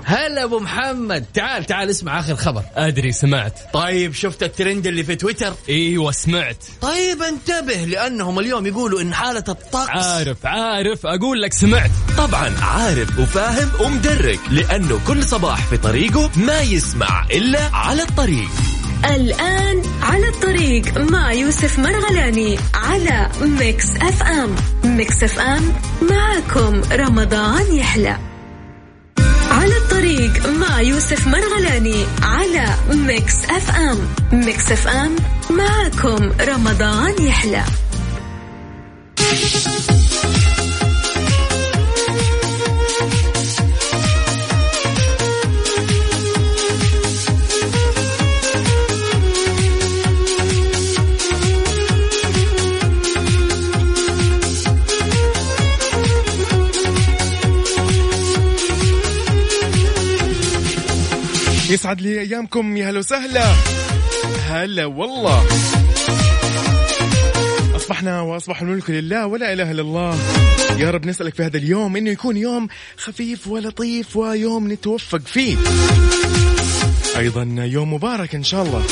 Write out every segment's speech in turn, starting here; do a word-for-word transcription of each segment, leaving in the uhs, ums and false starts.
هلا ابو محمد، تعال تعال اسمع اخر خبر. ادري سمعت. طيب شفت الترند اللي في تويتر؟ ايوه سمعت. طيب انتبه لانهم اليوم يقولوا ان حالة الطقس. عارف عارف اقول لك سمعت. طبعا عارف وفاهم ومدرك، لانه كل صباح في طريقه ما يسمع الا على الطريق. الآن على الطريق مع يوسف مرغلاني على ميكس اف ام. ميكس اف ام معكم رمضان يحلى. على الطريق مع يوسف مرغلاني على ميكس اف ام. ميكس اف ام معكم رمضان يحلى. يسعد لي أيامكم، يا هلا وسهلا. هلا والله، أصبحنا وأصبح الملك لله ولا إله إلا الله. يا رب نسألك في هذا اليوم إنه يكون يوم خفيف ولطيف ويوم نتوفق فيه، أيضا يوم مبارك إن شاء الله.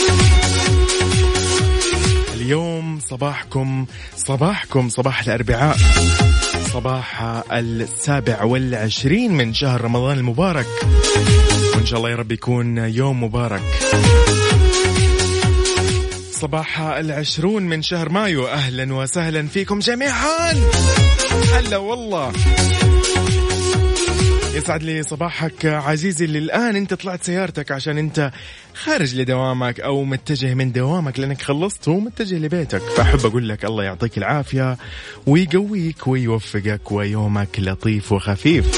اليوم صباحكم صباحكم صباح الأربعاء، صباح السابع والعشرين من شهر رمضان المبارك، وإن شاء الله يا رب يكون يوم مبارك. صباح العشرون من شهر مايو، أهلا وسهلا فيكم جميعا. هلا والله، يسعد لي صباحك عزيزي اللي الآن أنت طلعت سيارتك عشان أنت خارج لدوامك أو متجه من دوامك لأنك خلصت ومتجه لبيتك. فأحب أقول لك الله يعطيك العافية ويقويك ويوفقك ويومك لطيف وخفيف.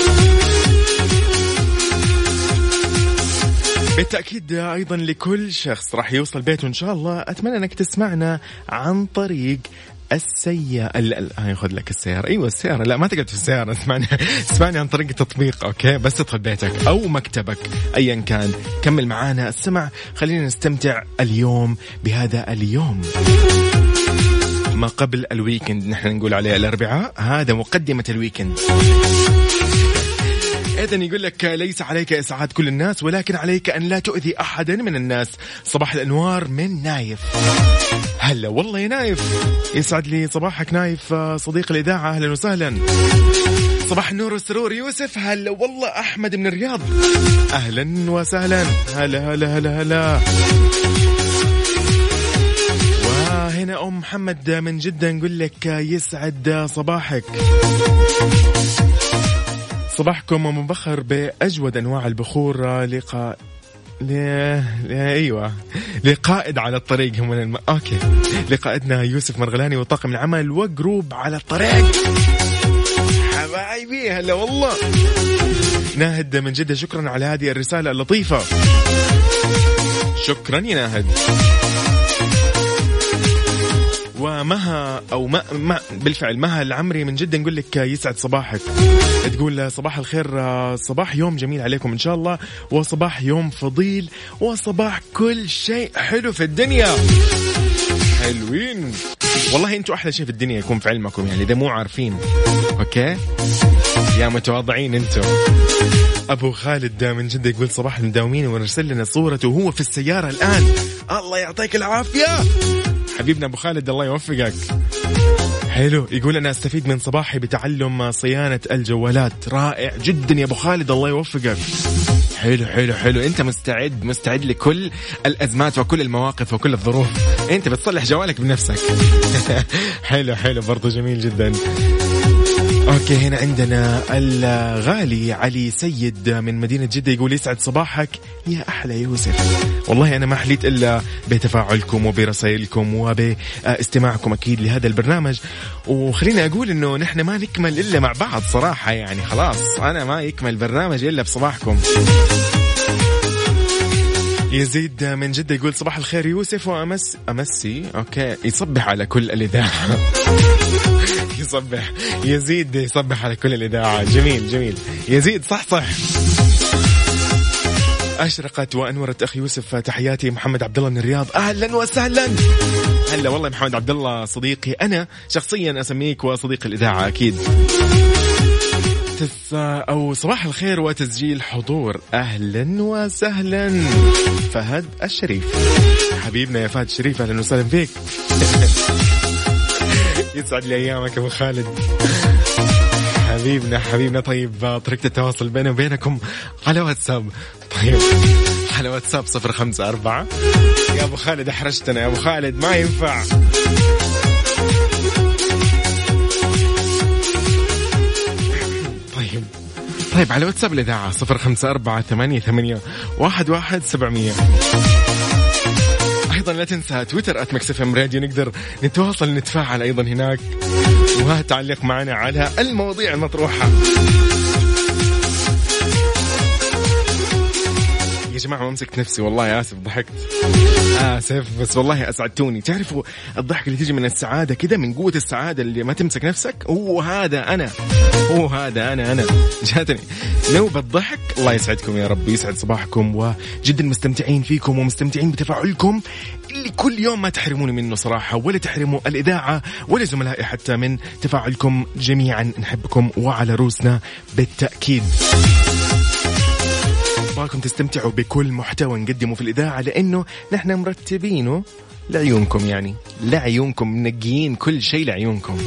بالتأكيد أيضا لكل شخص راح يوصل بيته إن شاء الله، أتمنى أنك تسمعنا عن طريق السيارة. الآن ياخذ لك السيارة، أيوة السيارة، لا ما تقعد في السيارة، اسمعني اسمعني عن طريق التطبيق، أوكي؟ بس تدخل بيتك أو مكتبك أيا كان، كمل معانا السمع، خلينا نستمتع اليوم بهذا اليوم ما قبل الويكند. نحن نقول عليه الأربعاء، هذا مقدمة الويكند. إذن يقول لك ليس عليك إسعاد كل الناس، ولكن عليك أن لا تؤذي أحدا من الناس. صباح الأنوار من نايف. هلا والله يا نايف، يسعد لي صباحك نايف صديق الإذاعة، أهلا وسهلا. صباح النور والسرور يوسف، هلا والله. أحمد من الرياض، أهلا وسهلا. هلا هلا هلا هلا. وهنا أم محمد من جدة نقول لك يسعد صباحك. صباحكم مبخر بأجود أنواع البخور لقاء ل... ل... أيوة لقائد على الطريق هم من الم... أوكي لقائدنا يوسف مرغلاني وطاقم العمل وجروب على الطريق. حبايبي هلا والله. ناهد من جدة، شكرا على هذه الرسالة اللطيفة، شكرا يا ناهد. ومها أو ما, ما بالفعل مها العمري من جدة نقول لك يسعد صباحك، تقول صباح الخير، صباح يوم جميل عليكم إن شاء الله، وصباح يوم فضيل، وصباح كل شيء حلو في الدنيا. حلوين والله، انتوا أحلى شيء في الدنيا يكون في علمكم، يعني إذا مو عارفين. أوكي يا متواضعين انتوا. أبو خالد من جدة يقول صباح المداومين، ونرسل لنا صورته وهو في السيارة الآن. الله يعطيك العافية حبيبنا أبو خالد، الله يوفقك. حلو، يقول أنا أستفيد من صباحي بتعلم صيانة الجوالات. رائع جدا يا أبو خالد، الله يوفقك. حلو حلو حلو، أنت مستعد مستعد لكل الأزمات وكل المواقف وكل الظروف، أنت بتصلح جوالك بنفسك. حلو حلو برضو، جميل جدا. أوكي، هنا عندنا الغالي علي سيد من مدينة جدة يقول يسعد صباحك يا أحلى يوسف. والله أنا ما حليت إلا بتفاعلكم وبرسائلكم وباستماعكم أكيد لهذا البرنامج، وخليني أقول إنه نحن ما نكمل إلا مع بعض صراحة، يعني خلاص أنا ما يكمل برنامج إلا بصباحكم. يزيد من جدة يقول صباح الخير يوسف، وأمس أمسي أوكي يصبح على كل الإذاعة. يصبح يزيد يصبح على كل الإذاعة. جميل جميل يزيد، صح صح. أشرقت وأنورت أخي يوسف، تحياتي. محمد عبد الله من الرياض، أهلا وسهلا. هلا والله محمد عبد الله صديقي، أنا شخصيا أسميك وصديق الإذاعة أكيد. وتس أو صباح الخير وتسجيل حضور. أهلا وسهلا فهد الشريف، حبيبنا يا فهد الشريف، أهلا وسهلا فيك. يسعد لي أيامك أبو خالد، حبيبنا حبيبنا. طيب طريقة التواصل بيني وبينكم على واتساب. طيب على واتساب صفر خمسة أربعة. يا أبو خالد أحرجتنا يا أبو خالد، ما ينفع. طيب طيب على واتساب الإذاعة صفر خمسة أربعة ثمانية ثمانية واحد واحد سبعمية. أيضا لا تنسى تويتر آت ميكس إف إم راديو، نقدر نتواصل نتفاعل أيضا هناك وتعلق معنا على المواضيع المطروحة. يا جماعة ما مسكت نفسي والله، آسف ضحكت، آسف بس والله أسعدتوني. تعرفوا الضحك اللي تيجي من السعادة كده، من قوة السعادة اللي ما تمسك نفسك، هو هذا أنا، هو هذا أنا أنا جاتني نوبة ضحك. الله يسعدكم يا رب، يسعد صباحكم، وجدا مستمتعين فيكم ومستمتعين بتفاعلكم اللي كل يوم ما تحرموني منه صراحة، ولا تحرموا الإذاعة ولا زملائي حتى من تفاعلكم. جميعا نحبكم وعلى روسنا بالتأكيد. أبغاكم تستمتعوا بكل محتوى نقدمه في الإذاعة، لأنه نحن مرتبينه لعيونكم، يعني لعيونكم، منقيين كل شيء لعيونكم.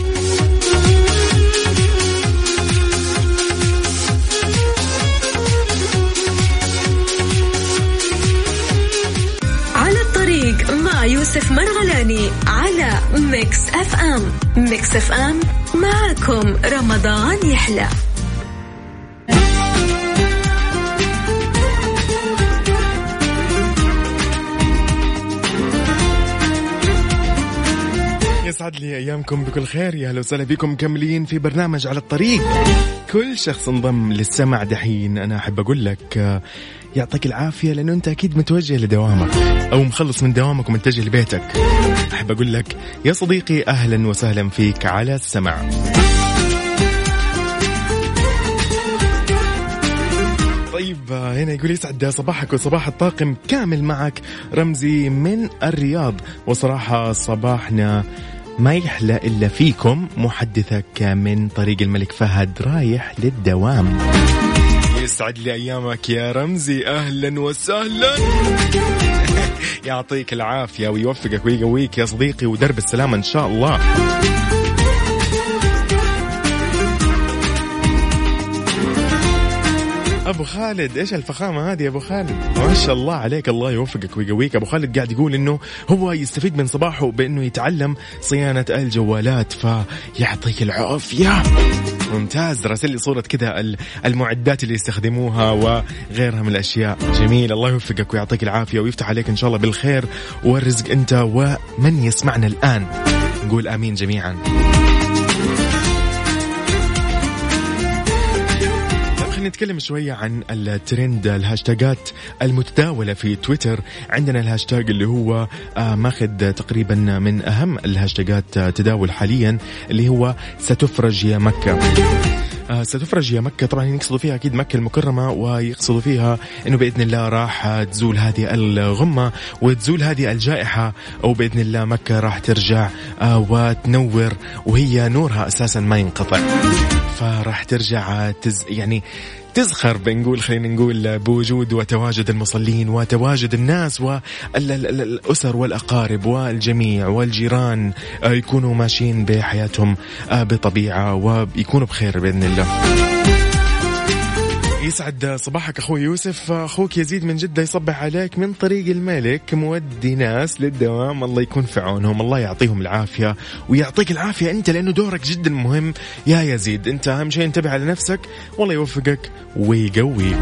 على الطريق مع يوسف مرغلاني على ميكس أف أم. ميكس أف أم معكم رمضان يحلى. يسعد لي أيامكم بكل خير، يا هلا وسهلا بكم مكملين في برنامج على الطريق. كل شخص انضم للسمع دحين أنا أحب أقول لك يعطيك العافية، لأنه أنت أكيد متوجه لدوامك أو مخلص من دوامك ومتجه لبيتك. أحب أقول لك يا صديقي أهلا وسهلا فيك على السمع. طيب هنا يقول يسعد صباحك وصباح الطاقم كامل، معك رمزي من الرياض، وصراحة صباحنا ما يحلى إلا فيكم. محدثك من طريق الملك فهد رايح للدوام. يسعد لي أيامك يا رمزي، أهلا وسهلا. يعطيك العافية ويوفقك ويقويك يا صديقي، ودرب السلامة إن شاء الله. أبو خالد إيش الفخامة هذه يا أبو خالد، ما شاء الله عليك، الله يوفقك ويقويك. أبو خالد قاعد يقول إنه هو يستفيد من صباحه بإنه يتعلم صيانة الجوالات، فيعطيك العافية. ممتاز، راسل لي صورة كذا المعدات اللي يستخدموها وغيرها من الأشياء. جميل، الله يوفقك ويعطيك العافية ويفتح عليك إن شاء الله بالخير والرزق أنت ومن يسمعنا الآن. نقول آمين جميعا. نتكلم شوية عن الترند، الهاشتاجات المتداولة في تويتر. عندنا الهاشتاج اللي هو آه ماخذ تقريبا من أهم الهاشتاجات تداول حاليا، اللي هو ستفرج يا مكة. آه ستفرج يا مكة، طبعا يقصدوا فيها أكيد مكة المكرمة، ويقصدوا فيها أنه بإذن الله راح تزول هذه الغمة وتزول هذه الجائحة، أو بإذن الله مكة راح ترجع آه وتنور، وهي نورها أساسا ما ينقطع، فراح ترجع تز يعني تزخر، بنقول خلينا نقول بوجود وتواجد المصلين وتواجد الناس والأسر والأقارب والجميع والجيران يكونوا ماشيين بحياتهم بطبيعة ويكونوا بخير بإذن الله. يسعد صباحك أخوي يوسف، أخوك يزيد من جدة يصبح عليك من طريق الملك، مودي ناس للدوام، الله يكون في عونهم، الله يعطيهم العافية ويعطيك العافية أنت، لأنه دورك جدا مهم يا يزيد. أنت أهم شيء انتبه على نفسك، والله يوفقك ويقويك.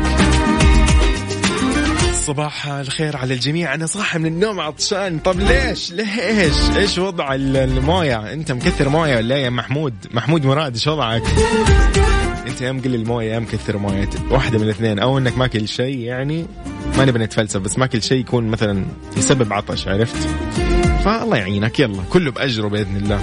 صباح الخير على الجميع. أنا صاحي من النوم عطشان. طب ليش ليش إيش وضع الموية؟ أنت مكثر موية ولا يا محمود محمود مراد؟ إيش وضعك انت؟ يا مقلل المويه يا مكثر مويه، واحده من الاثنين، او انك ماكل شيء، يعني ما نبي نتفلسف، بس ماكل شيء يكون مثلا يسبب عطش، عرفت؟ فالله يعينك، يلا كله باجره باذن الله.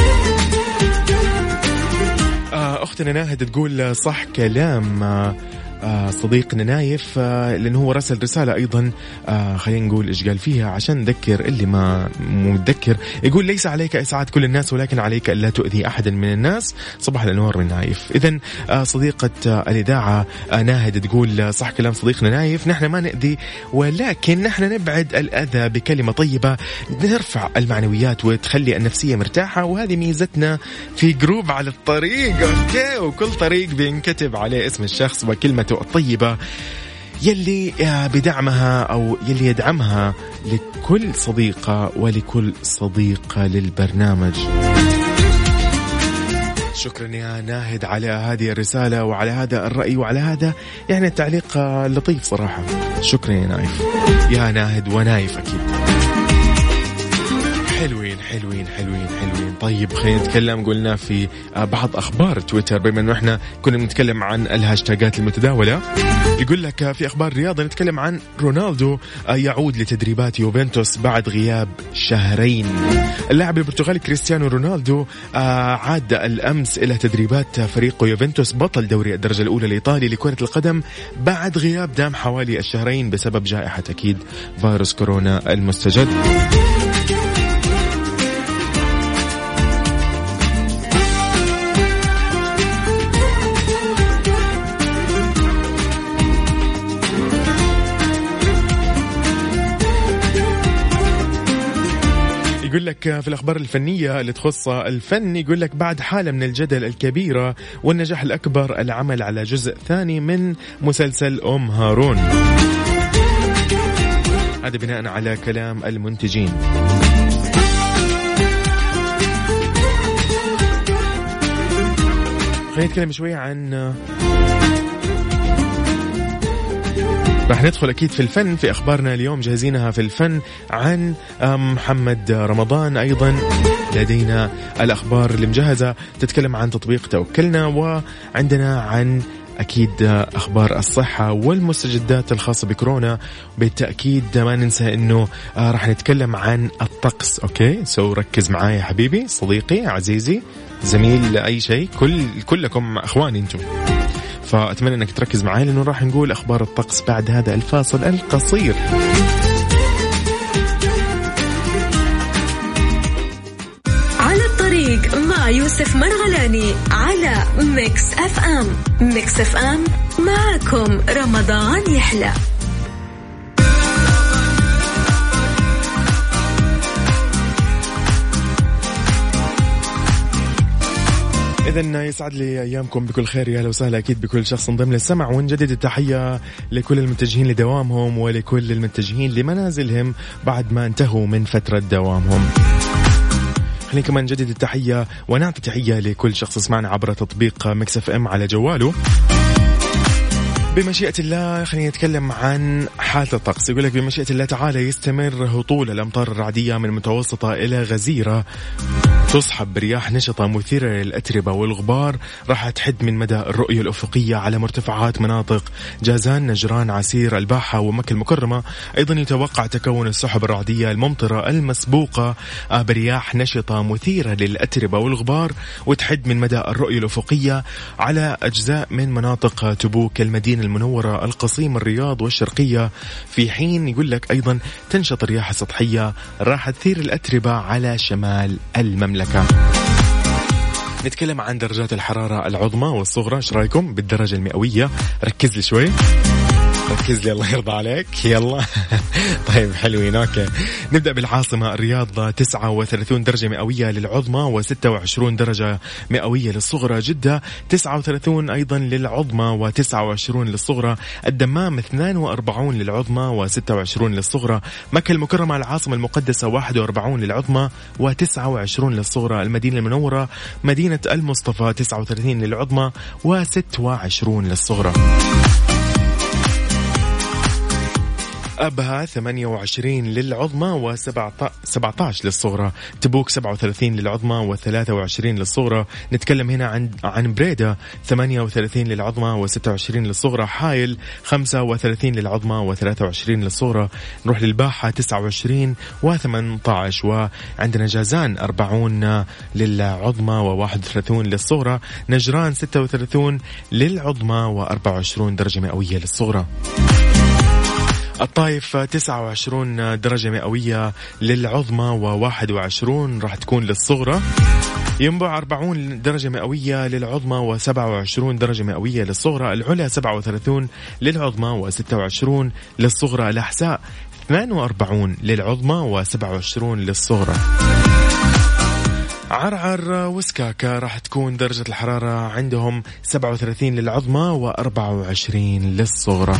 اختنا ناهد تقول صح كلام صديقنا نايف لأنه هو رسل رسالة أيضا خلينا نقول إيش قال فيها عشان نذكر اللي ما متذكر. يقول ليس عليك إسعاد كل الناس ولكن عليك ألا تؤذي أحدا من الناس. صباح الأنوار من نايف. إذن صديقة الإذاعة ناهد تقول صح كلام صديقنا نايف، نحن ما نؤذي ولكن نحن نبعد الأذى بكلمة طيبة نرفع المعنويات وتخلي النفسية مرتاحة، وهذه ميزتنا في جروب على الطريق. أوكي، وكل طريق بينكتب عليه اسم الشخص وكلمته الطيبة يلي بدعمها أو يلي يدعمها لكل صديقة ولكل صديقة للبرنامج. شكرا يا ناهد على هذه الرسالة وعلى هذا الرأي وعلى هذا يعني التعليق لطيف صراحة. شكرا يا نايف يا ناهد ونايف أكيد. حلوين حلوين حلوين حلوين. طيب خلينا نتكلم، قلنا في بعض أخبار تويتر بما أنه إحنا كنا نتكلم عن الهاشتاجات المتداولة. يقول لك في أخبار الرياضة نتكلم عن رونالدو يعود لتدريبات يوفنتوس بعد غياب شهرين. اللاعب البرتغالي كريستيانو رونالدو عاد الأمس إلى تدريبات فريق يوفنتوس بطل دوري الدرجة الأولى الإيطالي لكرة القدم بعد غياب دام حوالي الشهرين بسبب جائحة أكيد فيروس كورونا المستجد. يقول لك في الأخبار الفنية اللي تخص الفن، يقول لك بعد حالة من الجدل الكبيرة والنجاح الأكبر العمل على جزء ثاني من مسلسل أم هارون، هذا بناء على كلام المنتجين. خلينا نتكلم شوية عن راح ندخل أكيد في الفن في أخبارنا اليوم جاهزينها في الفن عن محمد رمضان. أيضا لدينا الأخبار اللي مجهزة تتكلم عن تطبيق توكلنا، وعندنا عن أكيد أخبار الصحة والمستجدات الخاصة بكورونا. بالتأكيد ما ننسى أنه راح نتكلم عن الطقس. أوكي سو ركز معايا يا حبيبي صديقي عزيزي زميل أي شيء، كل كلكم أخواني أنتم، فأتمنى أنك تركز معي لأنه راح نقول أخبار الطقس بعد هذا الفاصل القصير. على الطريق مع يوسف مرغلاني على ميكس أف أم. ميكس أف أم معكم رمضان يحلى. إذن يسعد لي أيامكم بكل خير، يا أهلا وسهلا أكيد بكل شخص انضم للسمع، ونجدد التحية لكل المتجهين لدوامهم ولكل المتجهين لمنازلهم بعد ما انتهوا من فترة دوامهم. خلينا كمان نجدد التحية ونعطي تحية لكل شخص اسمعنا عبر تطبيق ميكس اف ام على جواله. بمشيئة الله خلينا نتكلم عن حالة الطقس. يقول لك بمشيئة الله تعالى يستمر هطول الأمطار الرعدية من متوسطة إلى غزيرة، تصحب برياح نشطة مثيرة للأتربة والغبار، راح تحد من مدى الرؤية الأفقية على مرتفعات مناطق جازان، نجران، عسير، الباحة ومكة المكرمة. أيضا يتوقع تكون السحب الرعدية الممطرة المسبوقة برياح نشطة مثيرة للأتربة والغبار، وتحد من مدى الرؤية الأفقية على أجزاء من مناطق تبوك، المدينة المنورة، القصيم، الرياض والشرقية. في حين يقول لك أيضا تنشط الرياح السطحية راح تثير الأتربة على شمال المملكة. نتكلم عن درجات الحرارة العظمى والصغرى. ايش رايكم بالدرجة المئوية؟ ركز لي شوي، ركز لي الله يرضى عليك يلا. طيب حلوين. اوكي نبدأ بالعاصمة الرياض تسعة وثلاثين درجة مئوية للعظمى وستة وعشرين درجة مئوية للصغرى. جدة تسعة وثلاثين أيضا للعظمى وتسعة وعشرين للصغرى. الدمام اثنين وأربعين للعظمى وستة وعشرين للصغرى. مكة المكرمة العاصمة المقدسة واحد وأربعين للعظمى وتسعة وعشرين للصغرى. المدينة المنورة مدينة المصطفى تسعة وثلاثين للعظمى وستة وعشرين للصغرى. أبها ثمانية وعشرين للعظمى وسبعة عشر للصغرى. تبوك سبعة وثلاثين للعظمى وثلاثة وعشرين للصغرى. نتكلم هنا عن عن بريدة ثمانية وثلاثين للعظمى وستة وعشرين للصغرى. حايل خمسة وثلاثين للعظمى وثلاثة وعشرين للصغرى. نروح للباحة تسعة وعشرين وثمانية عشر. وعندنا جازان أربعين للعظمى وواحد وثلاثين للصغرى. نجران ستة وثلاثين للعظمى وأربعة وعشرين درجة مئوية للصغرى. الطائف تسعة وعشرين درجة مئوية للعظمى وواحد وعشرين راح تكون للصغرى. ينبع أربعين درجة مئوية للعظمى وسبعة وعشرين درجة مئوية للصغرى. العلا سبعة وثلاثين للعظمى وستة وعشرين للصغرى. الأحساء ثمانية وأربعين للعظمى وسبعة وعشرين للصغرى. عرعر وسكاكا راح تكون درجة الحرارة عندهم سبعة وثلاثين للعظمى وأربعة وعشرين للصغرى.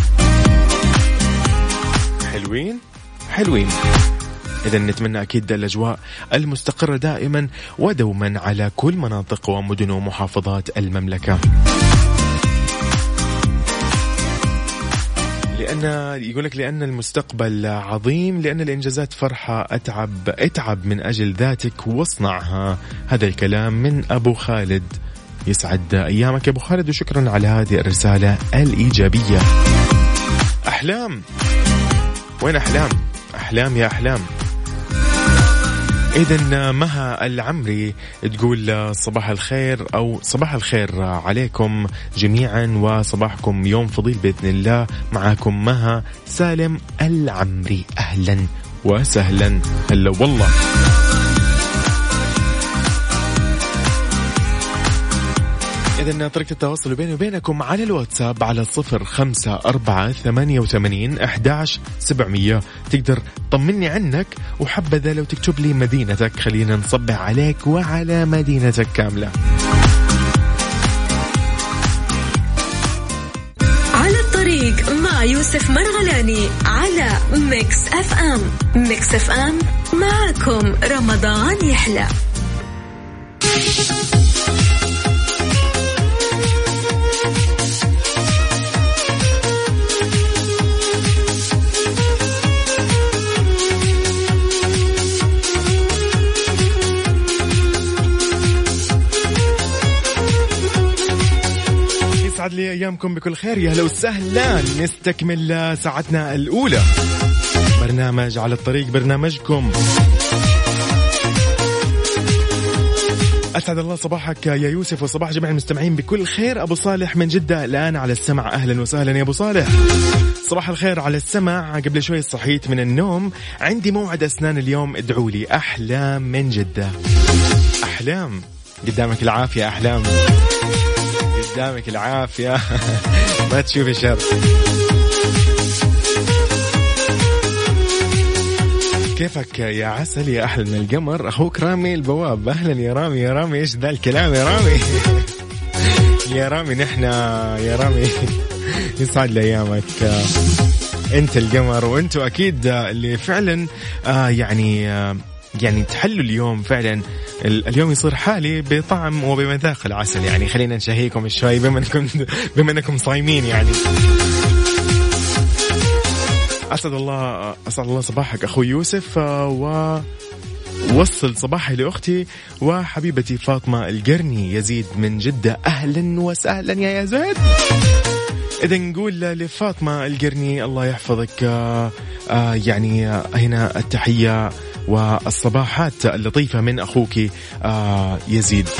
حلوين حلوين. إذا نتمنى أكيد الأجواء المستقرة دائما ودوما على كل مناطق ومدن ومحافظات المملكة، لأن يقولك لأن المستقبل عظيم، لأن الإنجازات فرحة. أتعب اتعب من أجل ذاتك واصنعها. هذا الكلام من أبو خالد. يسعد أيامك يا أبو خالد، وشكرا على هذه الرسالة الإيجابية. أحلام، وين أحلام؟ أحلام يا أحلام. إذن مها العمري تقول صباح الخير أو صباح الخير عليكم جميعا وصباحكم يوم فضيل بإذن الله. معاكم مها سالم العمري. أهلا وسهلا. هلا والله. إذن طريقة التواصل بيني وبينكم على الواتساب على صفر خمسة أربعة ثمانية وثمانين أحد عشر سبعمية. تقدر طمني عنك، وحبذا لو تكتب لي مدينتك، خلينا نصبح عليك وعلى مدينتك كاملة. على الطريق مع يوسف مرغلاني على ميكس أف أم. ميكس أف أم معكم رمضان يحلى. يسعد لي أيامكم بكل خير. يا هلا وسهلا. نستكمل ساعتنا الأولى برنامج على الطريق، برنامجكم. أسعد الله صباحك يا يوسف وصباح جميع المستمعين بكل خير. أبو صالح من جدة الآن على السمع. أهلا وسهلا يا أبو صالح. صباح الخير على السمع. قبل شوي صحيت من النوم، عندي موعد أسنان اليوم، ادعوا لي. أحلام من جدة. أحلام قدامك العافية. أحلام قدامك العافية. ما تشوفي شر. كيفك يا عسل يا أحلى من القمر؟ أخوك رامي البواب. أهلا يا رامي. يا رامي إيش ذا الكلام يا رامي؟ يا رامي نحنا يا رامي يسعد لي أيامك. أنت القمر، وأنتوا أكيد اللي فعلا آه يعني آه يعني تحلوا اليوم. فعلا اليوم يصير حالي بطعم وبمذاق العسل. يعني خلينا نشهيكم شوي بما انكم بما انكم صايمين. يعني اسعد الله اسعد الله صباحك اخوي يوسف، ووصل صباحي لاختي وحبيبتي فاطمه القرني. يزيد من جده. اهلا وسهلا يا يزيد. إذا نقول لفاطمه القرني الله يحفظك. آه آه يعني آه هنا التحيه والصباحات اللطيفة من أخوك آه يزيد.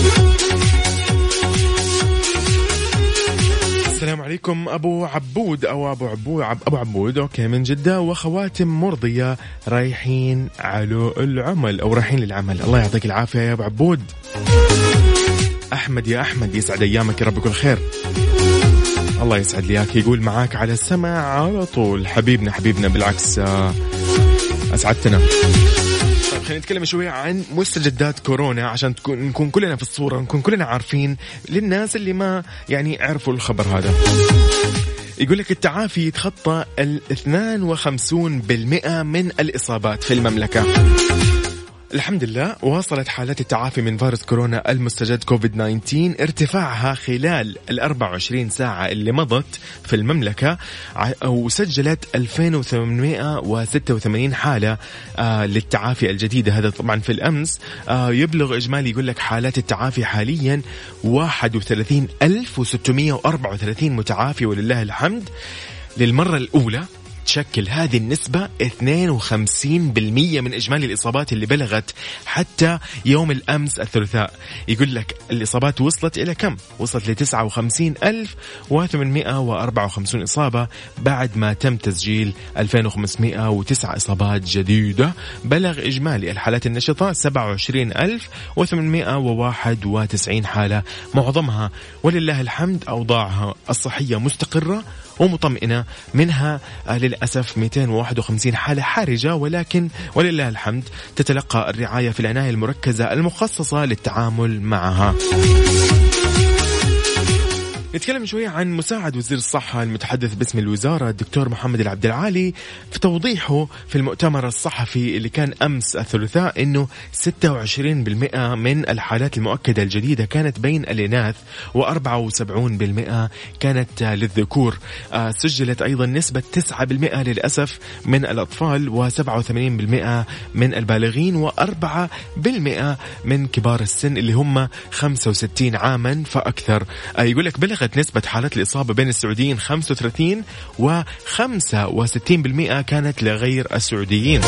السلام عليكم أبو عبود أو أبو عبود أبو عبود أوكي من جدة. وخواتم مرضية رايحين على العمل أو رايحين للعمل. الله يعطيك العافية يا أبو عبود. أحمد يا أحمد يسعد أيامك يا رب كل خير. الله يسعد لياك. يقول معاك على السمع على طول. حبيبنا حبيبنا بالعكس آه أسعدتنا. طيب خلينا نتكلم شوية عن مستجدات كورونا عشان تكون نكون كلنا في الصورة، نكون كلنا عارفين للناس اللي ما يعني عرفوا الخبر هذا. يقول لك التعافي يتخطى ال اثنين وخمسين بالمئة من الإصابات في المملكة. الحمد لله واصلت حالات التعافي من فيروس كورونا المستجد كوفيد تسعة عشر ارتفاعها خلال ال أربع وعشرين ساعة اللي مضت في المملكة، وسجلت ألفين وثمانمائة وستة وثمانين حالة آه للتعافي الجديدة. هذا طبعا في الأمس. آه يبلغ إجمالي يقول لك حالات التعافي حاليا واحد وثلاثين ألف وستمائة وأربعة وثلاثين متعافي ولله الحمد. للمرة الأولى تشكل هذه النسبة اثنين وخمسين بالمئة من إجمالي الإصابات اللي بلغت حتى يوم الأمس الثلاثاء. يقول لك الإصابات وصلت إلى كم؟ وصلت لتسعة وخمسين ألف وثمانمائة وأربعة وخمسين إصابة بعد ما تم تسجيل ألفين وخمسمائة وتسعة إصابات جديدة. بلغ إجمالي الحالات النشطة سبعة وعشرين ألف وثمانمائة وواحد وتسعين حالة، معظمها ولله الحمد أوضاعها الصحية مستقرة ومطمئنة، منها للأسف مئتين وواحد وخمسين حالة حرجة، ولكن ولله الحمد تتلقى الرعاية في العناية المركزة المخصصة للتعامل معها. نتكلم شوية عن مساعد وزير الصحة المتحدث باسم الوزارة الدكتور محمد العبد العالي في توضيحه في المؤتمر الصحفي اللي كان أمس الثلاثاء إنه ستة وعشرين بالمئة من الحالات المؤكدة الجديدة كانت بين الإناث وأربعة وسبعين بالمئة كانت للذكور. آه سجلت أيضا نسبة تسعة بالمئة للأسف من الأطفال، وسبعة وثمانين بالمئة من البالغين، وأربعة بالمئة من كبار السن اللي هم خمسة وستين عاما فأكثر. آه يقول لك بلغ نسبة حالات الإصابة بين السعوديين خمسة وثلاثين وخمسة وستين بالمئة كانت لغير السعوديين.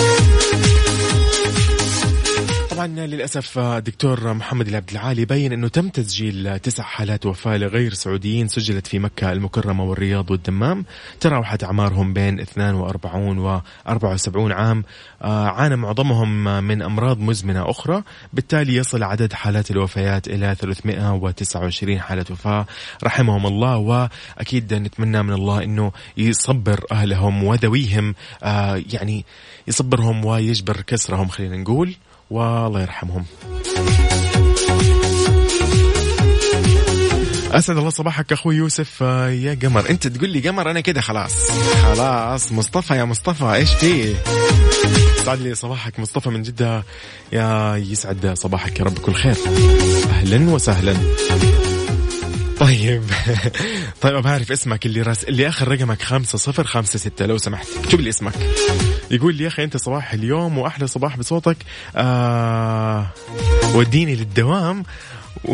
طبعا للأسف دكتور محمد العبد العالي بين أنه تم تسجيل تسع حالات وفاة لغير سعوديين سجلت في مكة المكرمة والرياض والدمام، تراوحت أعمارهم بين اثنين وأربعين وأربعة وسبعين عام، عانى معظمهم من أمراض مزمنة أخرى، بالتالي يصل عدد حالات الوفيات إلى ثلاثمائة وتسعة وعشرين حالة وفاة رحمهم الله. وأكيد نتمنى من الله أنه يصبر أهلهم وذويهم، يعني يصبرهم ويجبر كسرهم خلينا نقول، والله يرحمهم. أسعد الله صباحك أخوي يوسف يا قمر. أنت تقول لي قمر أنا كده خلاص خلاص. مصطفى يا مصطفى إيش فيه؟ سعد لي صباحك مصطفى من جدة، يا يسعد صباحك يا رب كل خير. أهلا وسهلا. طيب طيب بعرف اسمك اللي راس اللي آخر رقمك خمسة صفر خمسة ستة، لو سمحت اكتب لي اسمك. يقول لي يا أخي أنت صباح اليوم وأحلى صباح بصوتك، آه وديني للدوام و...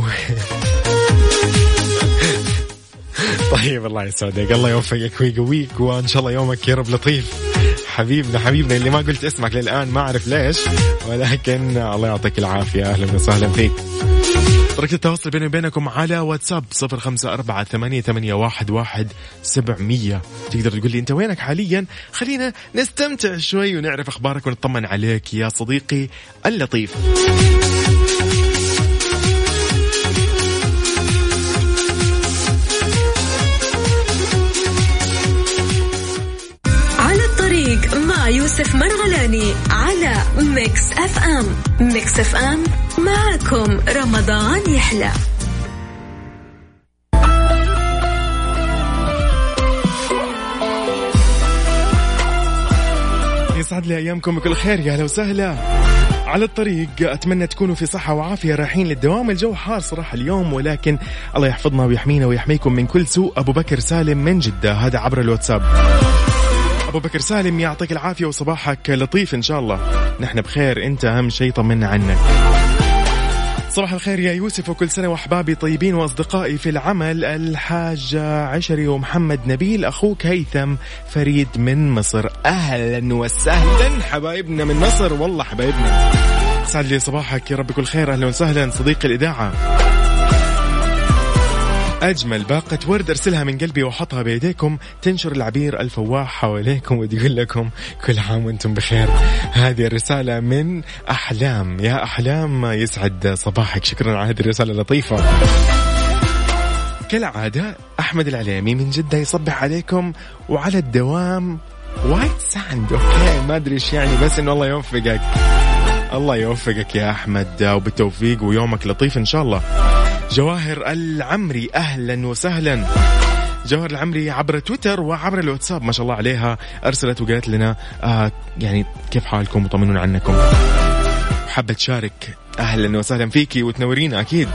طيب الله يسعدك، الله يوفقك ويقويك، وإن شاء الله يومك يا رب لطيف. حبيبنا حبيبنا اللي ما قلت اسمك للآن ما أعرف ليش، ولكن الله يعطيك العافية. أهلا وسهلا فيك. طريقة التواصل بيني وبينكم على واتساب صفر خمسة أربعة ثمانية ثمانية واحد واحد سبعمية. تقدر تقول لي أنت وينك حاليا، خلينا نستمتع شوي ونعرف أخبارك ونطمن عليك يا صديقي اللطيف. على الطريق مع يوسف مرغلاني على ميكس اف ام. ميكس اف ام معكم رمضان يحلى. يسعد لي أيامكم بكل خير، يا هلا وسهلا. على الطريق أتمنى تكونوا في صحة وعافية رايحين للدوام. الجو حار صراحة اليوم، ولكن الله يحفظنا ويحمينا ويحميكم من كل سوء. أبو بكر سالم من جدة، هذا عبر الواتساب. أبو بكر سالم يعطيك العافية وصباحك لطيف إن شاء الله. نحن بخير، أنت أهم شيء طمنا عنك. صباح الخير يا يوسف، وكل سنة وأحبابي طيبين وأصدقائي في العمل. الحاج عشري ومحمد نبيل، أخوك هيثم فريد من مصر. أهلا وسهلا حبايبنا من مصر، والله حبايبنا. سعد لي صباحك يا رب كل خير. أهلا وسهلا صديقي الإذاعة. أجمل باقة ورد أرسلها من قلبي وحطها بيديكم، تنشر العبير الفواح حواليكم وتقول لكم كل عام وانتم بخير. هذه الرسالة من أحلام. يا أحلام يسعد صباحك، شكرا على هذه الرسالة اللطيفة. كالعادة أحمد العليمي من جدة يصبح عليكم وعلى الدوام. وايت ساند أوكي، ما أدري إيش يعني، بس إنه الله يوفقك. الله يوفقك يا أحمد وبالتوفيق ويومك لطيف إن شاء الله. جواهر العمري أهلا وسهلا. جواهر العمري عبر تويتر وعبر الواتساب ما شاء الله عليها أرسلت وقالت لنا آه يعني كيف حالكم وطمنونا عنكم. وحابة تشارك، أهلا وسهلا فيكي وتنورينا أكيد.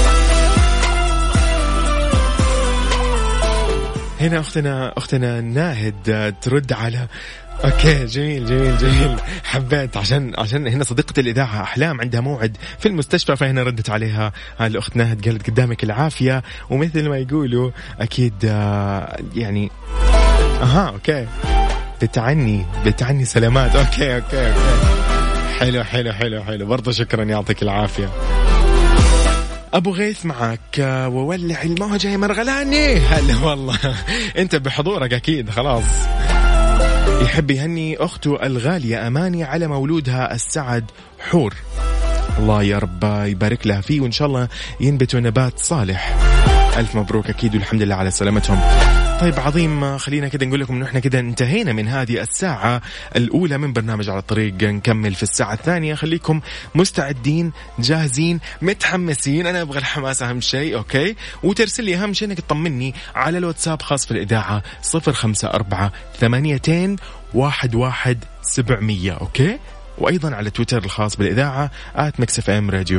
هنا أختنا أختنا ناهد ترد على اوكي جميل جميل جميل حبيت عشان عشان هنا صديقة الإذاعة أحلام عندها موعد في المستشفى، فهنا ردت عليها الأخت ناهد قالت قدامك العافية، ومثل ما يقولوا أكيد يعني أها أوكي بتعني بتعني سلامات. أوكي أوكي أوكي حلو حلو حلو حلو برضه شكرا يعطيك العافية. أبو غيث معك وولع الموجة يا مرغلاني. هلا والله أنت بحضورك أكيد خلاص. يحب يهني أخته الغالية أماني على مولودها السعد حور، الله يا رب يبارك لها فيه وإن شاء الله ينبتوا نبات صالح. ألف مبروك أكيد والحمد لله على سلامتهم. طيب عظيم، خلينا كده نقول لكم إنه إحنا كده انتهينا من هذه الساعة الأولى من برنامج على الطريق. نكمل في الساعة الثانية، خليكم مستعدين جاهزين متحمسين. أنا أبغى الحماس أهم شيء. أوكي، وترسل لي أهم شيء إنك تطمني على الواتساب خاص في الإذاعة صفر خمسة أربعة ثمانيتين واحد واحد سبعمية. أوكي، وأيضا على تويتر الخاص بالإذاعة آت ميكس اف ام راديو.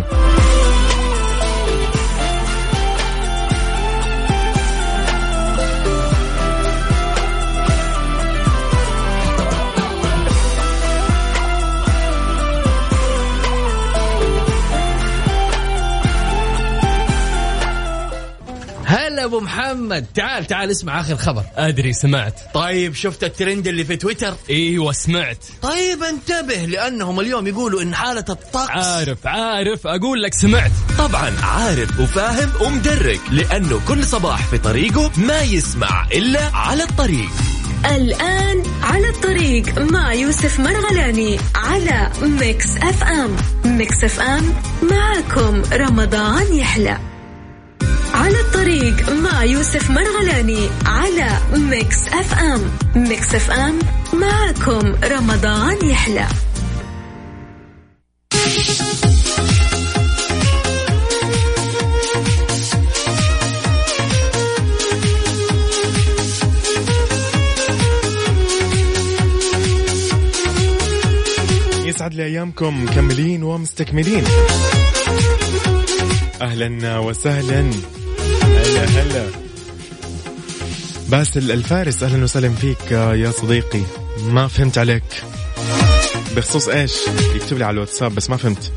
هلا ابو محمد، تعال تعال اسمع اخر خبر. ادري سمعت. طيب شفت الترند اللي في تويتر؟ ايوه سمعت. طيب انتبه لانهم اليوم يقولوا ان حالة الطقس. عارف عارف اقول لك سمعت. طبعا عارف وفاهم ومدرك، لانه كل صباح في طريقه ما يسمع الا على الطريق. الآن على الطريق مع يوسف مرغلاني على ميكس اف ام. ميكس اف ام معكم رمضان يحلى. على الطريق مع يوسف مرغلاني على ميكس اف ام. ميكس اف ام معكم رمضان يحلى. يسعد لي أيامكم مكملين ومستكملين. أهلا وسهلا. هلا هلا باسل الفارس، أهلا وسهلا فيك يا صديقي. ما فهمت عليك بخصوص إيش، يكتب لي على الواتساب بس ما فهمت.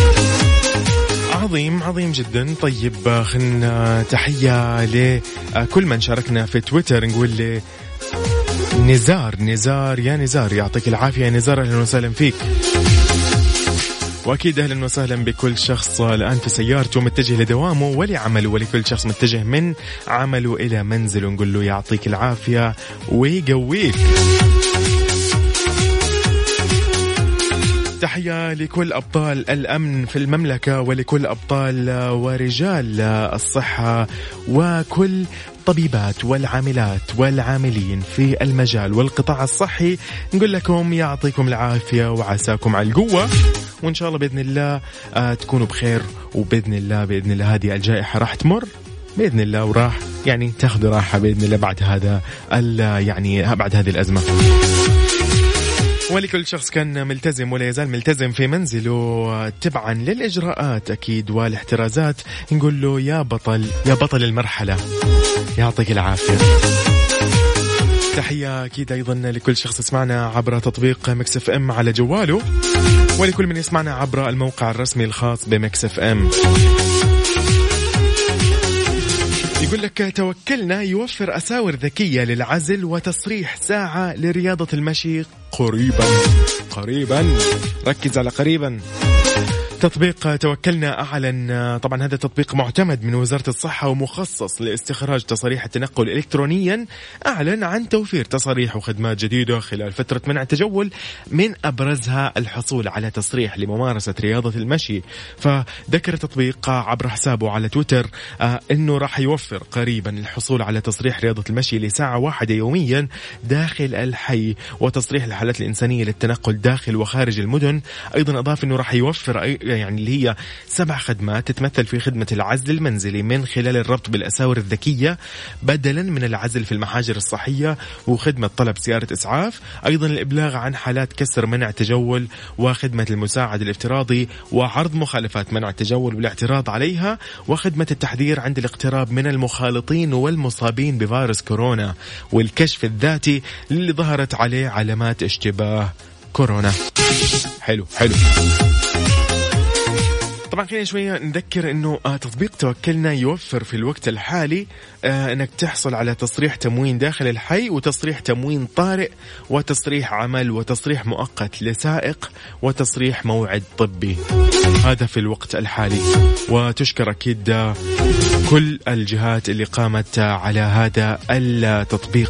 عظيم عظيم جدا. طيب خلنا تحية لكل من شاركنا في تويتر. نقول لي نزار نزار يا نزار يعطيك العافية يا نزار، أهلا وسهلا فيك. وأكيد أهلا وسهلا بكل شخص الآن في سيارته متجه لدوامه ولعمله، ولكل شخص متجه من عمله إلى منزله نقول له يعطيك العافية ويقويك. تحية لكل أبطال الأمن في المملكة ولكل أبطال ورجال الصحة وكل الطبيبات والعاملات والعاملين في المجال والقطاع الصحي. نقول لكم يعطيكم العافية وعساكم على القوة، وإن شاء الله بإذن الله آه تكونوا بخير، وبإذن الله بإذن الله هذه الجائحة راح تمر بإذن الله، وراح يعني تاخذ راحة بإذن الله بعد هذا يعني بعد هذه الأزمة. ولكل شخص كان ملتزم ولا يزال ملتزم في منزله تبعا للإجراءات أكيد والاحترازات، نقول له يا بطل يا بطل المرحلة يعطيك العافية. تحية أكيد أيضا لكل شخص يسمعنا عبر تطبيق ميكس اف ام على جواله، ولكل من يسمعنا عبر الموقع الرسمي الخاص بميكس اف ام. يقول لك توكلنا يوفر أساور ذكية للعزل وتصريح ساعة لرياضة المشي قريبا قريبا ركز على قريبا. تطبيق توكلنا أعلن، طبعا هذا تطبيق معتمد من وزارة الصحة ومخصص لاستخراج تصاريح التنقل إلكترونيا، أعلن عن توفير تصاريح وخدمات جديدة خلال فترة منع التجول، من أبرزها الحصول على تصريح لممارسة رياضة المشي. فذكر التطبيق عبر حسابه على تويتر آه أنه راح يوفر قريبا الحصول على تصريح رياضة المشي لساعة واحدة يوميا داخل الحي، وتصريح الحالات الإنسانية للتنقل داخل وخارج المدن. أيضا أضاف أنه راح يوفر يعني اللي هي سبع خدمات تتمثل في خدمة العزل المنزلي من خلال الربط بالأساور الذكية بدلا من العزل في المحاجر الصحية، وخدمة طلب سيارة إسعاف، أيضا الإبلاغ عن حالات كسر منع تجول، وخدمة المساعد الافتراضي وعرض مخالفات منع التجول والاعتراض عليها، وخدمة التحذير عند الاقتراب من المخالطين والمصابين بفيروس كورونا، والكشف الذاتي اللي ظهرت عليه علامات اشتباه كورونا. حلو حلو. طبعا خلينا شوية نذكر انه تطبيق توكلنا يوفر في الوقت الحالي انك تحصل على تصريح تموين داخل الحي، وتصريح تموين طارئ، وتصريح عمل، وتصريح مؤقت لسائق، وتصريح موعد طبي. هذا في الوقت الحالي، وتشكر أكيد كل الجهات اللي قامت على هذا التطبيق.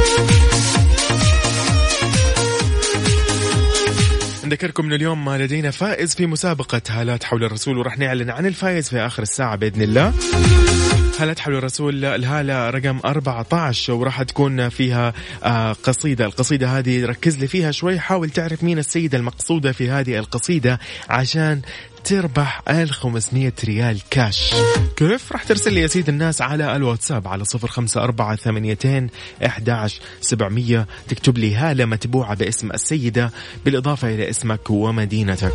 نذكركم من اليوم لدينا فائز في مسابقة هالات حول الرسول، ورح نعلن عن الفائز في آخر الساعة بإذن الله. هالات حول الرسول الهالة رقم أربعة عشر، وراح تكون فيها قصيدة. القصيدة هذه ركز لي فيها شوي، حاول تعرف مين السيدة المقصودة في هذه القصيدة عشان تربح الخمسمية ريال كاش. كيف؟ راح ترسل لي يا سيد الناس على الواتساب على صفر خمسة أربعة ثمانيتين أحد عشر سبعمية، تكتب لي هالة متبوعة باسم السيدة بالإضافة إلى اسمك ومدينتك.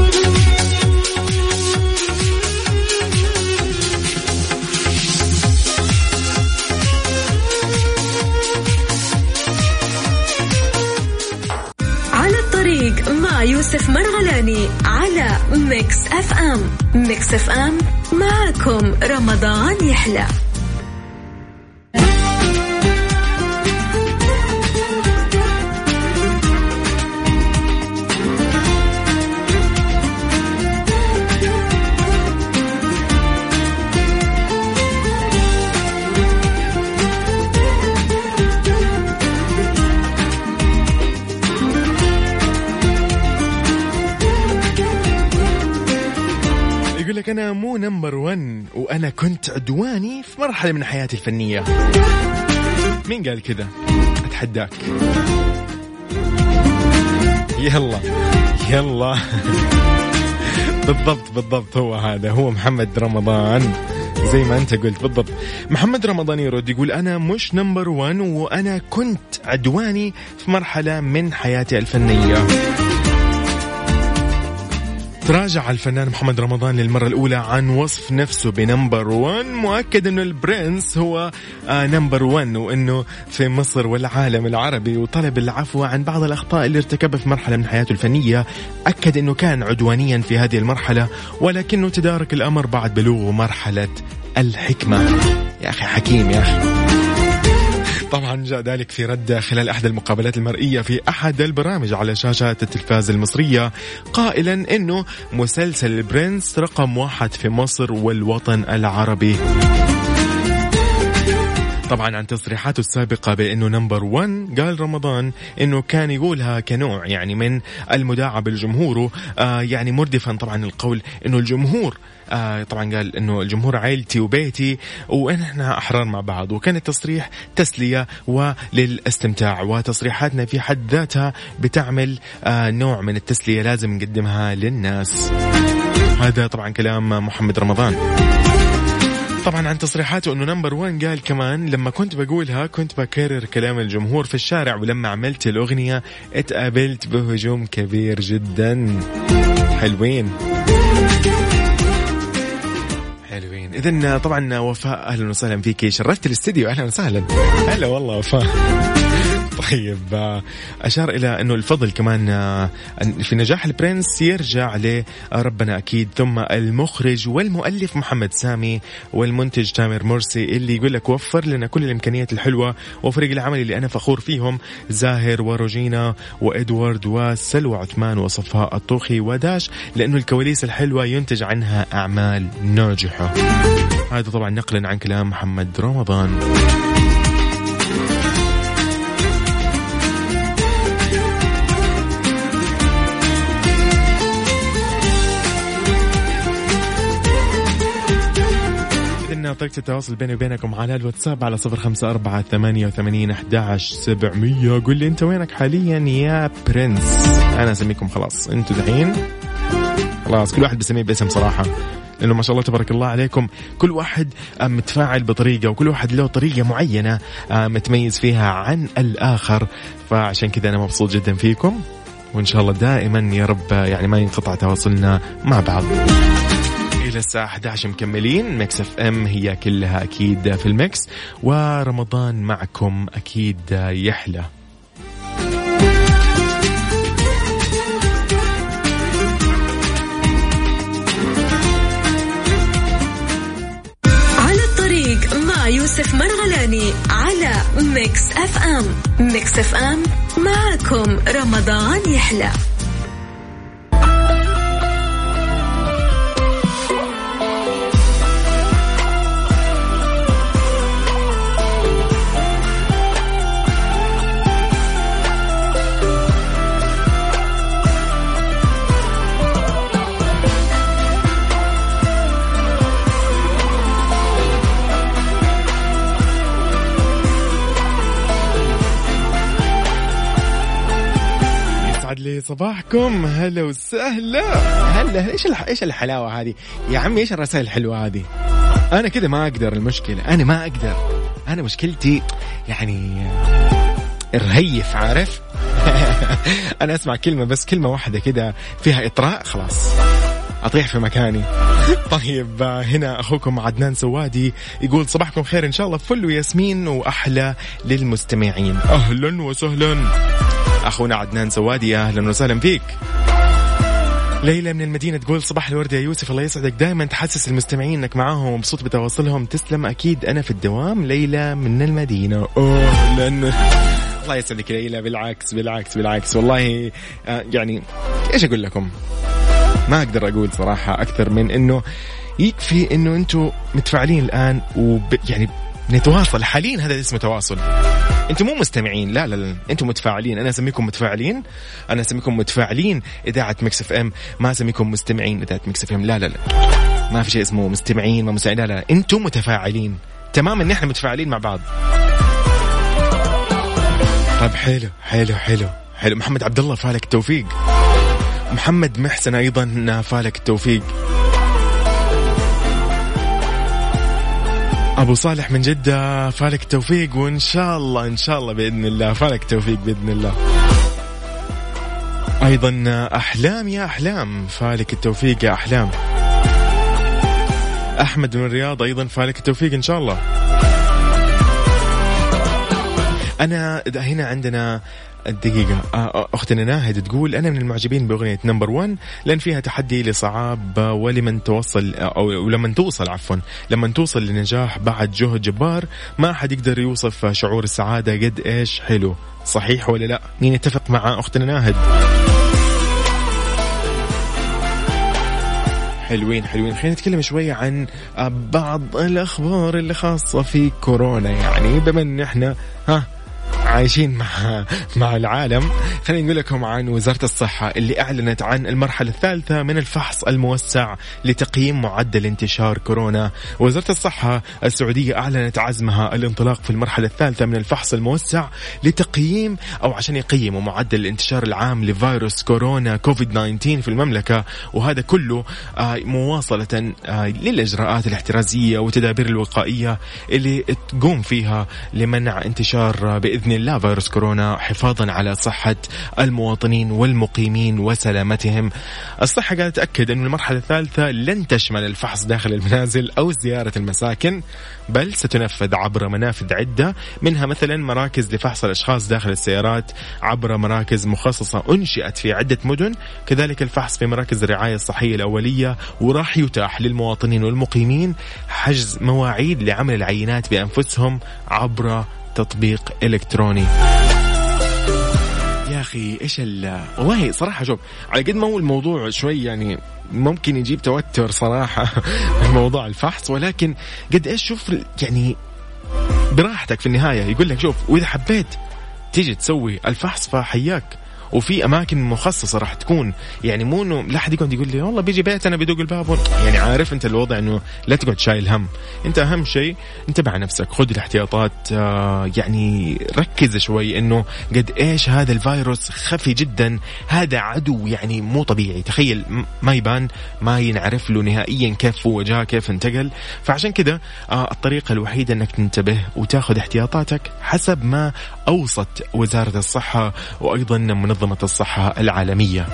مع يوسف مرغلاني على ميكس اف ام. ميكس اف ام معكم رمضان يحلى. لك أنا مو نمبر ون وأنا كنت عدواني في مرحلة من حياتي الفنية. مين قال كذا؟ أتحداك. يلا يلا بالضبط بالضبط هو هذا، هو محمد رمضان زي ما أنت قلت بالضبط. محمد رمضان يرد يقول أنا مش نمبر ون وأنا كنت عدواني في مرحلة من حياتي الفنية. تراجع الفنان محمد رمضان للمرة الأولى عن وصف نفسه بنمبر ون، مؤكد أنه البرنس هو آه نمبر ون، وأنه في مصر والعالم العربي، وطلب العفو عن بعض الأخطاء اللي ارتكبها في مرحلة من حياته الفنية. أكد أنه كان عدوانيا في هذه المرحلة، ولكنه تدارك الأمر بعد بلوغه مرحلة الحكمة. يا أخي حكيم يا أخي. طبعا جاء ذلك في رد خلال أحد المقابلات المرئية في أحد البرامج على شاشات التلفاز المصرية، قائلا إنه مسلسل البرنس رقم واحد في مصر والوطن العربي. طبعا عن تصريحاته السابقة بأنه نمبر ون، قال رمضان أنه كان يقولها كنوع يعني من المداعبة لجمهوره، آه يعني مردفا طبعا القول أنه الجمهور آه طبعا قال أنه الجمهور عائلتي وبيتي وإحنا أحرار مع بعض، وكان التصريح تسلية وللاستمتاع، وتصريحاتنا في حد ذاتها بتعمل آه نوع من التسلية لازم نقدمها للناس. هذا طبعا كلام محمد رمضان. طبعا عن تصريحاته أنه نمبر وان، قال كمان لما كنت بقولها كنت بكرر كلام الجمهور في الشارع، ولما عملت الأغنية اتقابلت بهجوم كبير جدا. حلوين حلوين. إذن طبعا وفاء أهلا وسهلا فيك، شرفت الاستديو. أهلا وسهلا. هلا والله وفاء. طيب أشار إلى أنه الفضل كمان في نجاح البرنس يرجع لربنا أكيد، ثم المخرج والمؤلف محمد سامي، والمنتج تامر مرسي اللي يقول لك وفر لنا كل الإمكانيات الحلوة، وفريق العمل اللي أنا فخور فيهم زاهر وروجينا وإدوارد وسلوى عثمان وصفاء الطوخي وداش، لأنه الكواليس الحلوة ينتج عنها أعمال ناجحة. هذا طبعا نقلا عن كلام محمد رمضان. طريقة التواصل بيني وبينكم على الواتساب على صفر خمسة أربعة ثمانية وثمانين أحد عشر سبعمية. قل لي أنت وينك حاليا يا برنس، أنا أسميكم خلاص أنتوا دحين خلاص كل واحد بسميه باسم صراحة، لأنه ما شاء الله تبارك الله عليكم كل واحد متفاعل بطريقة، وكل واحد له طريقة معينة متميز فيها عن الآخر. فعشان كذا أنا مبسوط جدا فيكم، وإن شاء الله دائما يا رب يعني ما ينقطع تواصلنا مع بعض. إلى الساعة أحد عشر مكملين. ميكس اف ام هي كلها أكيد في الميكس، ورمضان معكم أكيد يحلى. على الطريق مع يوسف مرغلاني على ميكس اف ام. ميكس اف ام معكم رمضان يحلى. لي صباحكم، هلا وسهلا. هلا ايش الح... ايش الحلاوه هذه يا عمي؟ ايش الرسائل الحلوه هذه؟ انا كده ما اقدر. المشكله انا ما اقدر. انا مشكلتي يعني الرهيف، عارف؟ انا اسمع كلمه بس، كلمه واحده كده فيها اطراء خلاص اطيح في مكاني. طيب هنا اخوكم عدنان سوادي يقول صباحكم خير ان شاء الله، فل وياسمين واحلى للمستمعين. اهلا وسهلا أخونا عدنان سوادي، أهلا وسهلا فيك. ليلى من المدينة تقول صباح الورد يا يوسف، الله يسعدك، دائما تحسس المستمعين أنك معاهم ومبسوط بتواصلهم. تسلم. أكيد أنا في الدوام. ليلى من المدينة. أوه لأن الله يسعدك ليلى. بالعكس بالعكس بالعكس والله. آه يعني إيش أقول لكم، ما أقدر أقول صراحة أكثر من أنه يكفي أنه أنتوا متفاعلين الآن وب يعني نتواصل حاليا. هذا اسمه تواصل. انتم مو مستمعين، لا لا لا، انتم متفاعلين. انا اسميكم متفاعلين، انا اسميكم متفاعلين اذاعه ميكس اف ام، ما اسميكم مستمعين اذاعه ميكس اف ام. لا لا لا، ما في شيء اسمه مستمعين ما مستمعين. لا لا، انتم متفاعلين تماما، ان احنا متفاعلين مع بعض. طيب حلو حلو حلو حلو. محمد عبد الله فالك التوفيق. محمد محسن ايضا فالك التوفيق. أبو صالح من جدة فالك التوفيق، وإن شاء الله إن شاء الله بإذن الله فالك التوفيق بإذن الله. أيضا أحلام يا أحلام فالك التوفيق يا أحلام. أحمد من الرياض أيضا فالك التوفيق إن شاء الله. أنا هنا عندنا الدقيقة أختنا ناهد تقول أنا من المعجبين بأغنية نمبر وان، لأن فيها تحدي لصعاب ولمن توصل أو لمن توصل عفوا لمن توصل لنجاح بعد جهد جبار، ما أحد يقدر يوصف شعور السعادة قد إيش حلو. صحيح ولا لا؟ مين يتفق مع أختنا ناهد؟ حلوين حلوين. خلينا نتكلم شوية عن بعض الأخبار اللي خاصة في كورونا، يعني بما أن إحنا ها عايشين مع مع العالم. خلينا نقول لكم عن وزارة الصحة اللي أعلنت عن المرحلة الثالثة من الفحص الموسع لتقييم معدل انتشار كورونا. وزارة الصحة السعودية أعلنت عزمها الانطلاق في المرحلة الثالثة من الفحص الموسع لتقييم أو عشان يقيموا معدل الانتشار العام لفيروس كورونا كوفيد تسعة عشر في المملكة، وهذا كله مواصلة للإجراءات الاحترازية والتدابير الوقائية اللي تقوم فيها لمنع انتشار بإذن الله فيروس كورونا، حفاظا على صحة المواطنين والمقيمين وسلامتهم. الصحة قالت تأكد أن المرحلة الثالثة لن تشمل الفحص داخل المنازل أو زيارة المساكن، بل ستنفذ عبر منافذ عدة، منها مثلا مراكز لفحص الأشخاص داخل السيارات عبر مراكز مخصصة أنشئت في عدة مدن، كذلك الفحص في مراكز الرعاية الصحية الأولية، وراح يتاح للمواطنين والمقيمين حجز مواعيد لعمل العينات بأنفسهم عبر تطبيق إلكتروني. يا أخي إيش ال والله صراحة شوف، على قد ما هو الموضوع شوي يعني ممكن يجيب توتر صراحة من موضوع الفحص، ولكن قد إيش شوف يعني براحتك في النهاية. يقول لك شوف، وإذا حبيت تيجي تسوي الفحص فحياك، وفي أماكن مخصصة راح تكون، يعني مو إنه لا حد يقعد يقول لي والله بيجي بيتنا بيدق الباب، يعني عارف أنت الوضع إنه لا تقعد شايل هم. أنت أهم شيء انتبه على نفسك، خذ الاحتياطات، آه يعني ركز شوي إنه قد إيش هذا الفيروس خفي جدا، هذا عدو يعني مو طبيعي. تخيل ما يبان، ما ينعرف له نهائيا كيف هو جاء كيف انتقل. فعشان كده آه الطريقة الوحيدة إنك تنتبه وتاخذ احتياطاتك حسب ما أوصت وزارة الصحة وأيضا منظمة الصحة العالمية.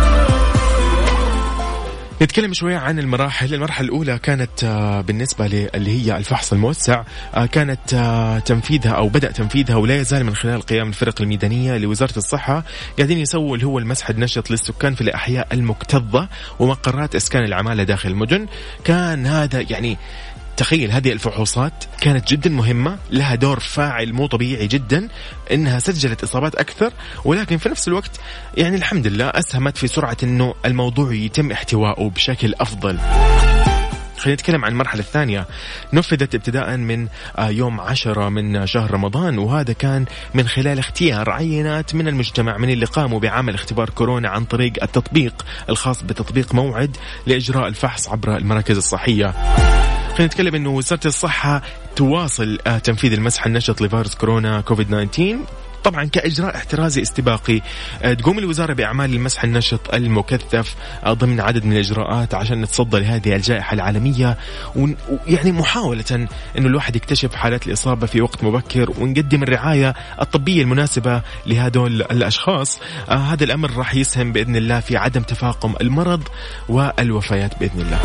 نتكلم شوية عن المراحل. المرحلة الأولى كانت بالنسبة اللي هي الفحص الموسع، كانت تنفيذها أو بدأ تنفيذها ولا يزال من خلال قيام الفرق الميدانية لوزارة الصحة، قاعدين يسووا اللي هو المسح النشط للسكان في الأحياء المكتظة ومقرات إسكان العمالة داخل المدن. كان هذا يعني تخيل هذه الفحوصات كانت جدا مهمة، لها دور فاعل مو طبيعي جدا، إنها سجلت إصابات أكثر، ولكن في نفس الوقت يعني الحمد لله أسهمت في سرعة إنه الموضوع يتم احتوائه بشكل أفضل. خلينا نتكلم عن المرحلة الثانية. نفذت ابتداء من يوم عشرة من شهر رمضان، وهذا كان من خلال اختيار عينات من المجتمع من اللي قاموا بعمل اختبار كورونا عن طريق التطبيق الخاص بتطبيق موعد لإجراء الفحص عبر المراكز الصحية. خلينا نتكلم إنه وزارة الصحة تواصل تنفيذ المسح النشط لفيروس كورونا كوفيد تسعة عشر طبعا كإجراء احترازي استباقي. تقوم الوزارة بأعمال المسح النشط المكثف ضمن عدد من الإجراءات عشان نتصدى لهذه الجائحة العالمية، ويعني محاولة إنه الواحد يكتشف حالات الإصابة في وقت مبكر ونقدم الرعاية الطبية المناسبة لهذول الأشخاص. آه هذا الأمر راح يسهم بإذن الله في عدم تفاقم المرض والوفيات بإذن الله.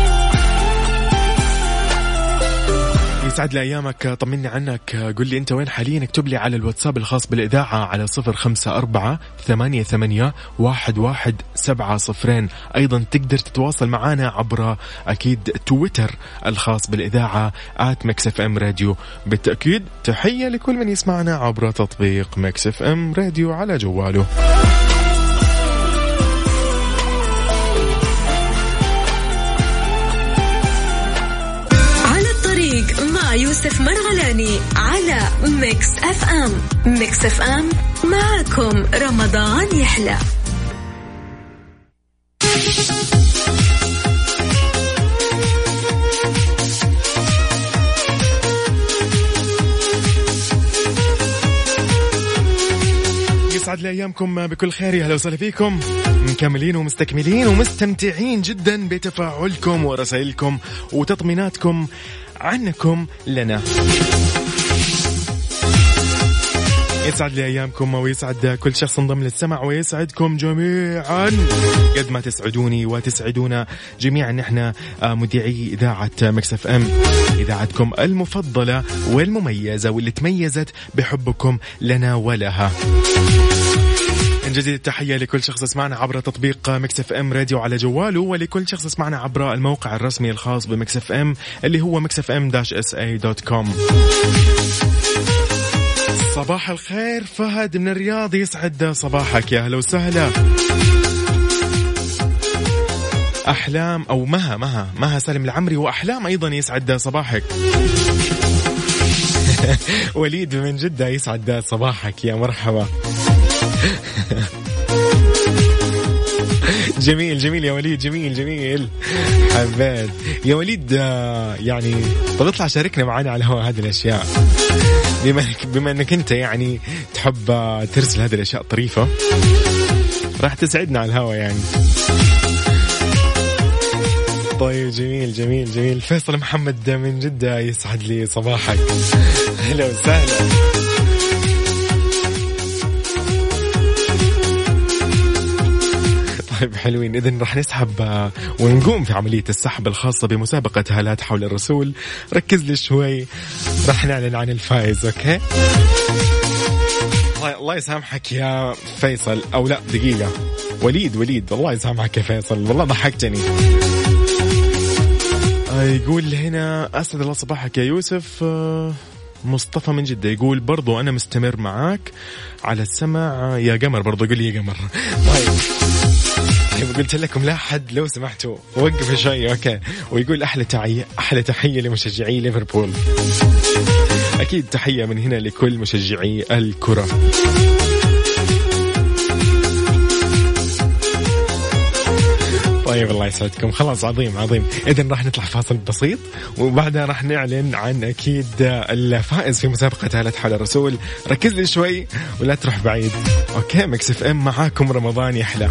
يسعد لي أيامك، طمني عنك، قل لي أنت وين حاليا، اكتب لي على الواتساب الخاص بالإذاعة على صفر خمسة أربعة ثمانية ثمانية واحد واحد سبعة صفرين. أيضا تقدر تتواصل معنا عبر أكيد تويتر الخاص بالإذاعة آت ميكس اف ام راديو. بالتأكيد تحية لكل من يسمعنا عبر تطبيق ميكس اف ام راديو على جواله. مع يوسف مرغلاني على ميكس اف ام. ميكس اف ام معكم رمضان يحلى. يسعد لي أيامكم بكل خير، يا هلا وسهلا فيكم، مكملين ومستكملين ومستمتعين جدا بتفاعلكم ورسائلكم وتطميناتكم عنكم لنا. يسعد لي أيامكم ويسعد كل شخص انضم للسمع، ويسعدكم جميعا قد ما تسعدوني وتسعدونا جميعا. نحن مذيعي إذاعة ميكس اف ام، إذاعتكم المفضلة والمميزة واللي تميزت بحبكم لنا ولها. من جديد التحية لكل شخص اسمعنا عبر تطبيق ميكس اف ام راديو على جواله، ولكل شخص اسمعنا عبر الموقع الرسمي الخاص بميكس اف ام اللي هو ميكس اف ام داش اس اي دوت كوم. صباح الخير، فهد من الرياض، يسعد صباحك، يا هلا وسهلا. أحلام أو مها مها مها سالم العمري وأحلام أيضا يسعد صباحك. وليد من جدة يسعد صباحك، يا مرحبا. جميل جميل يا وليد، جميل جميل حبيت يا وليد. يعني طب اطلع شاركنا معنا على هوا هذه الأشياء، بما انك بما انك انت يعني تحب ترسل هذه الاشياء الطريفه، راح تسعدنا على الهوا يعني. طيب جميل جميل جميل. فيصل محمد من جدة يسعد لي صباحك، هلا وسهلا. طيب حلوين، إذن راح نسحب ونقوم في عملية السحب الخاصة بمسابقة هالات حول الرسول. ركز لي شوي، راح نعلن عن الفائز. أوكي، الله يسامحك يا فيصل، أو لا دقيقة، وليد وليد الله يسامحك يا فيصل، والله ضحكتني. يقول هنا أسعد الله صباحك يا يوسف. مصطفى من جدة يقول برضو أنا مستمر معاك على السمع يا قمر، برضو يقول لي يا قمر. طيب طيب قلت لكم لا حد لو سمحتوا وقف شوي. أوكي، ويقول أحلى تحية أحلى تحية لمشجعي ليفربول. أكيد تحية من هنا لكل مشجعي الكرة. طيب الله يسعدكم. خلاص عظيم عظيم. إذن راح نطلع فاصل بسيط وبعدها راح نعلن عن أكيد الفائز في مسابقة هالة حول الرسول. ركز لي شوي ولا تروح بعيد. أوكي ميكس اف ام معاكم رمضان يحلى.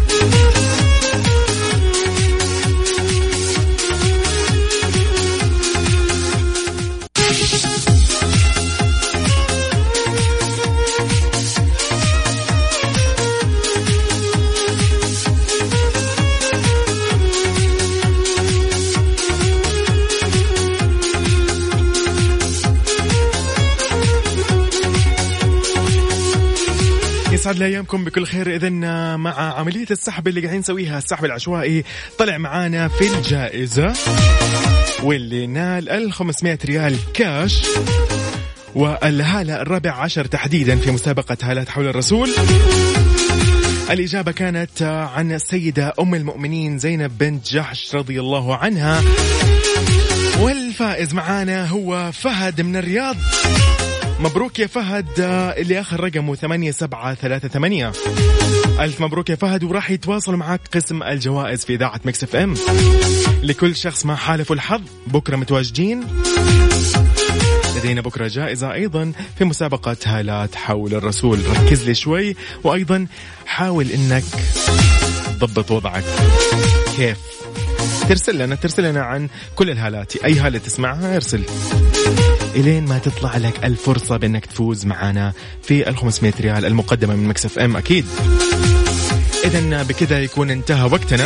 يسعد لي أيامكم بكل خير. إذن مع عملية السحب اللي قاعدين نسويها، السحب العشوائي، طلع معانا في الجائزة واللي نال الخمسمائة ريال كاش والهالة الرابع عشر تحديدا في مسابقة هالات حول الرسول. الإجابة كانت عن السيدة أم المؤمنين زينب بنت جحش رضي الله عنها، والفائز معانا هو فهد من الرياض. مبروك يا فهد اللي آخر رقمه ثمانية سبعة ثلاثة ثمانية. ألف مبروك يا فهد، وراح يتواصل معك قسم الجوائز في إذاعة ميكس اف ام. لكل شخص ما حالف الحظ بكرة متواجدين، لدينا بكرة جائزة أيضا في مسابقة هالات حول الرسول. ركز لي شوي، وأيضا حاول إنك تضبط وضعك. كيف؟ ترسل لنا ترسل لنا عن كل الهالات، أي هالة تسمعها ارسل إلين ما تطلع لك الفرصة بأنك تفوز معنا في الخمسمائة ريال المقدمة من ميكس اف ام أكيد. إذن بكذا يكون انتهى وقتنا.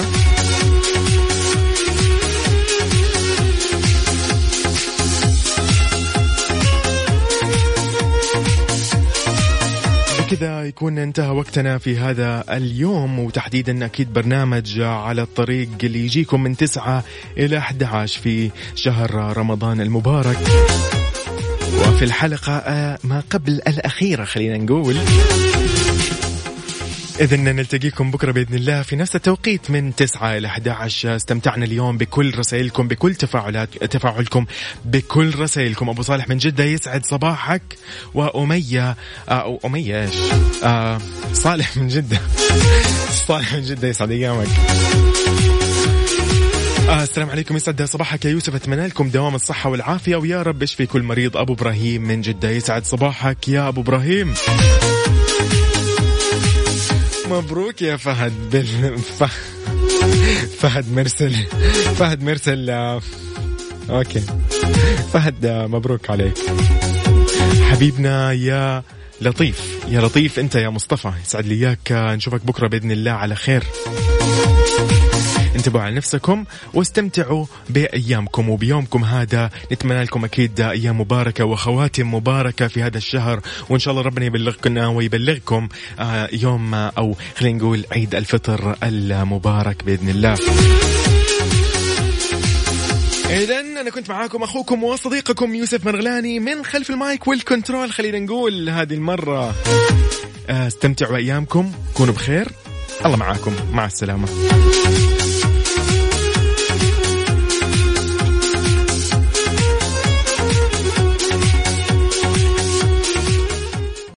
كذا يكون انتهى وقتنا في هذا اليوم، وتحديدا أكيد برنامج على الطريق اللي يجيكم من تسعة إلى أحد عشر في شهر رمضان المبارك. وفي الحلقة ما قبل الأخيرة خلينا نقول. إذن نلتقيكم بكرة بإذن الله في نفس التوقيت من تسعة إلى أحد عشر. استمتعنا اليوم بكل رسائلكم، بكل تفاعلات تفاعلكم بكل رسائلكم. أبو صالح من جدة يسعد صباحك، وأمية أو أمية إيش آه صالح من جدة صالح من جدة يسعد أيامك. آه السلام عليكم، يسعد صباحك يا يوسف، أتمنى لكم دوام الصحة والعافية، ويا رب اشفي كل مريض. أبو إبراهيم من جدة يسعد صباحك يا أبو إبراهيم. مبروك يا فهد بال... ف... فهد مرسل فهد مرسل آه... أوكي فهد آه... مبروك عليك حبيبنا يا لطيف. يا لطيف أنت يا مصطفى، يسعد لي إياك. نشوفك بكرة بإذن الله على خير. انتبهوا على نفسكم واستمتعوا بأيامكم وبيومكم هذا. نتمنى لكم أكيد أيام مباركة وخواتم مباركة في هذا الشهر، وإن شاء الله ربنا يبلغكم ويبلغكم يوم أو خلينا نقول عيد الفطر المبارك بإذن الله. إذن أنا كنت معاكم أخوكم وصديقكم يوسف مرغلاني من خلف المايك والكنترول. خلينا نقول هذه المرة استمتعوا أيامكم، كونوا بخير، الله معاكم، مع السلامة.